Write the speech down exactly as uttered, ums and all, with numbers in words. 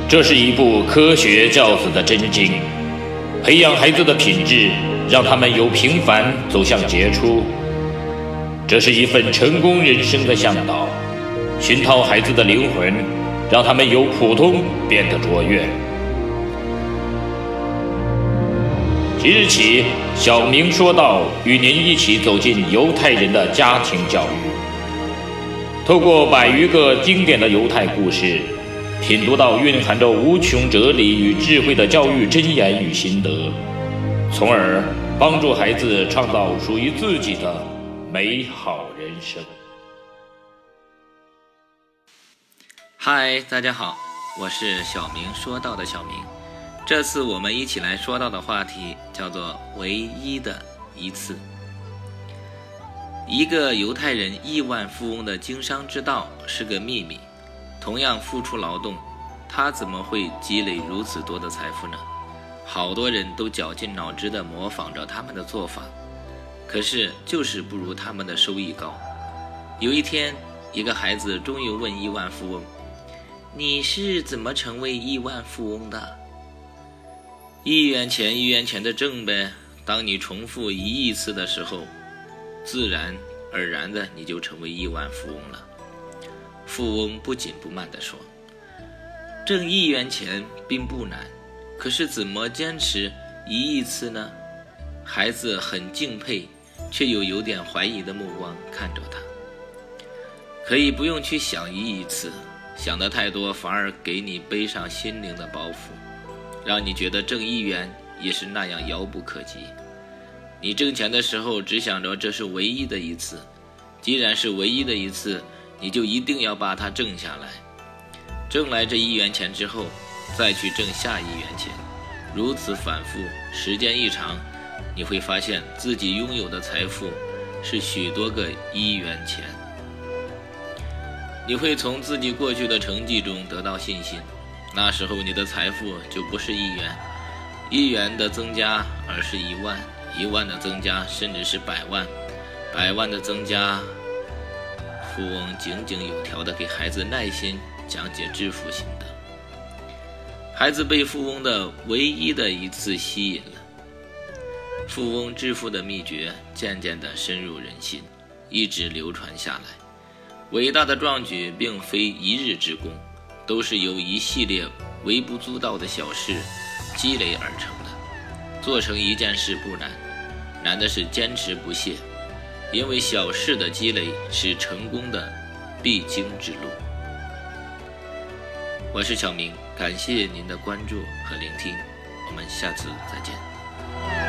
这是一部科学教子的真经，培养孩子的品质，让他们由平凡走向杰出。这是一份成功人生的向导，熏陶孩子的灵魂，让他们由普通变得卓越。即日起，小明说道与您一起走进犹太人的家庭教育，透过百余个经典的犹太故事，品读到蕴含着无穷哲理与智慧的教育箴言与心得，从而帮助孩子创造属于自己的美好人生。 嗨，大家好，我是小明说道的小明。这次我们一起来说到的话题叫做唯一的一次。一个犹太人亿万富翁的经商之道是个秘密，同样付出劳动，他怎么会积累如此多的财富呢？好多人都绞尽脑汁地模仿着他们的做法，可是就是不如他们的收益高。有一天，一个孩子终于问亿万富翁：你是怎么成为亿万富翁的？一元钱一元钱的挣呗，当你重复一亿次的时候，自然而然的你就成为亿万富翁了。富翁不紧不慢地说，挣一元钱并不难，可是怎么坚持一亿次呢？孩子很敬佩，却又有点怀疑的目光看着他。可以不用去想一亿次，想得太多反而给你背上心灵的包袱，让你觉得挣一元也是那样遥不可及。你挣钱的时候只想着这是唯一的一次，既然是唯一的一次，你就一定要把它挣下来。挣来这一元钱之后，再去挣下一元钱，如此反复，时间一长，你会发现自己拥有的财富是许多个一元钱。你会从自己过去的成绩中得到信心，那时候你的财富就不是一元一元的增加，而是一万一万的增加，甚至是百万百万的增加。富翁井井有条地给孩子耐心讲解致富心得，孩子被富翁的唯一的一次吸引了。富翁致富的秘诀渐渐地深入人心，一直流传下来。伟大的壮举并非一日之功，都是由一系列微不足道的小事积累而成的。做成一件事不难，难的是坚持不懈，因为小事的积累是成功的必经之路。我是小明，感谢您的关注和聆听，我们下次再见。